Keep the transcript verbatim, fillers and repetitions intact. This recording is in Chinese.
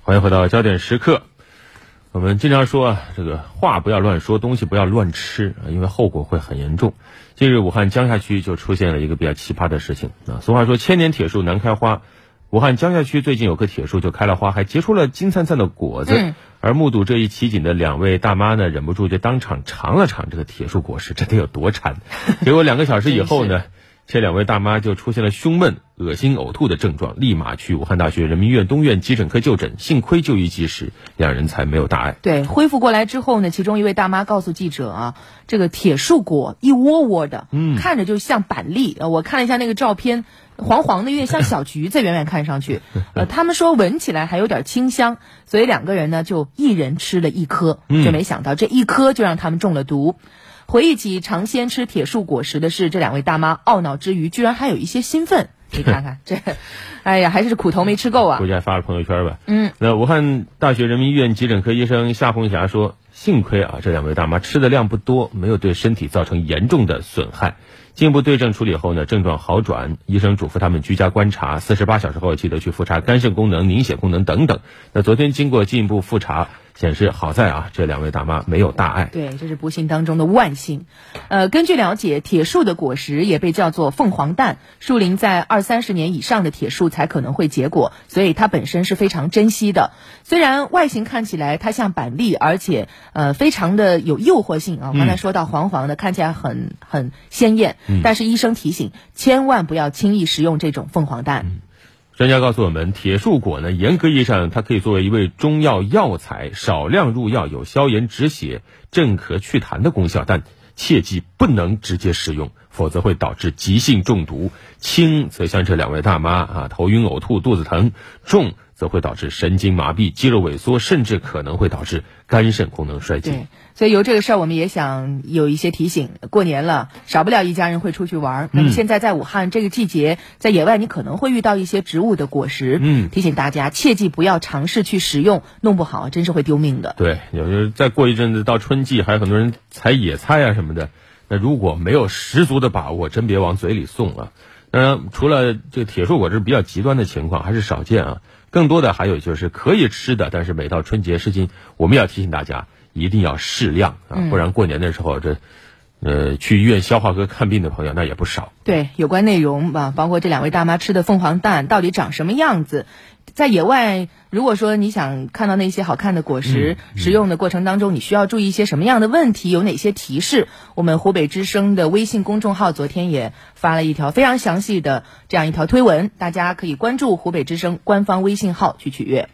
欢迎回到焦点时刻。我们经常说啊，这个话不要乱说，东西不要乱吃，因为后果会很严重。近日武汉江夏区就出现了一个比较奇葩的事情啊。俗话说千年铁树难开花，武汉江夏区最近有棵铁树就开了花，还结出了金灿灿的果子。嗯、而目睹这一奇景的两位大妈呢，忍不住就当场尝了尝这个铁树果实，这得有多馋？结果两个小时以后呢，这两位大妈就出现了胸闷、恶心、呕吐的症状，立马去武汉大学人民医院东院急诊科就诊，幸亏就医及时，两人才没有大碍。 对，恢复过来之后呢，其中一位大妈告诉记者啊，这个铁树果一窝窝的，嗯，看着就像板栗。我看了一下那个照片，黄黄的，有点像小橘子，远远看上去。呃，他们说闻起来还有点清香，所以两个人呢就一人吃了一颗，就没想到这一颗就让他们中了毒。回忆起尝鲜吃铁树果实的事，这两位大妈懊恼之余，居然还有一些兴奋。你看看这，哎呀，还是苦头没吃够啊！ 估计还发了朋友圈吧。嗯，那武汉大学人民医院急诊科医生夏红霞说，幸亏啊，这两位大妈吃的量不多，没有对身体造成严重的损害。进一步对症处理后呢，症状好转，医生嘱咐他们居家观察，四十八小时后记得去复查肝肾功能、凝血功能等等。那昨天经过进一步复查，显示好在啊，这两位大妈没有大碍。 对，这是不幸当中的万幸。呃，根据了解，铁树的果实也被叫做凤凰蛋，树龄在二三十年以上的铁树才可能会结果，所以它本身是非常珍惜的。虽然外形看起来它像板栗，而且呃非常的有诱惑性啊，刚才说到黄黄的，看起来很很鲜艳。嗯、但是医生提醒，千万不要轻易食用这种凤凰蛋。 嗯、专家告诉我们，铁树果呢，严格意义上它可以作为一味中药药材，少量入药，有消炎止血、镇咳祛痰的功效，但切记不能直接食用，否则会导致急性中毒。轻则像这两位大妈啊，头晕呕吐、肚子疼；重则会导致神经麻痹、肌肉萎缩，甚至可能会导致肝肾功能衰竭。 对，所以由这个事儿，我们也想有一些提醒。过年了，少不了一家人会出去玩。那么现在在武汉这个季节，在野外你可能会遇到一些植物的果实。嗯，提醒大家切记不要尝试去食用，弄不好真是会丢命的。 对，有时候再过一阵子到春季，还有很多人采野菜啊什么的。那如果没有十足的把握，真别往嘴里送了。当然，除了这个铁树果，这是比较极端的情况，还是少见啊。更多的还有就是可以吃的，但是每到春节时期，我们要提醒大家一定要适量啊，不然过年的时候这。呃，去医院消化科看病的朋友那也不少。 对，有关内容吧，包括这两位大妈吃的凤凰蛋到底长什么样子，在野外如果说你想看到那些好看的果实，嗯、食用的过程当中，你需要注意一些什么样的问题，有哪些提示？我们湖北之声的微信公众号昨天也发了一条非常详细的这样一条推文，大家可以关注湖北之声官方微信号去取阅。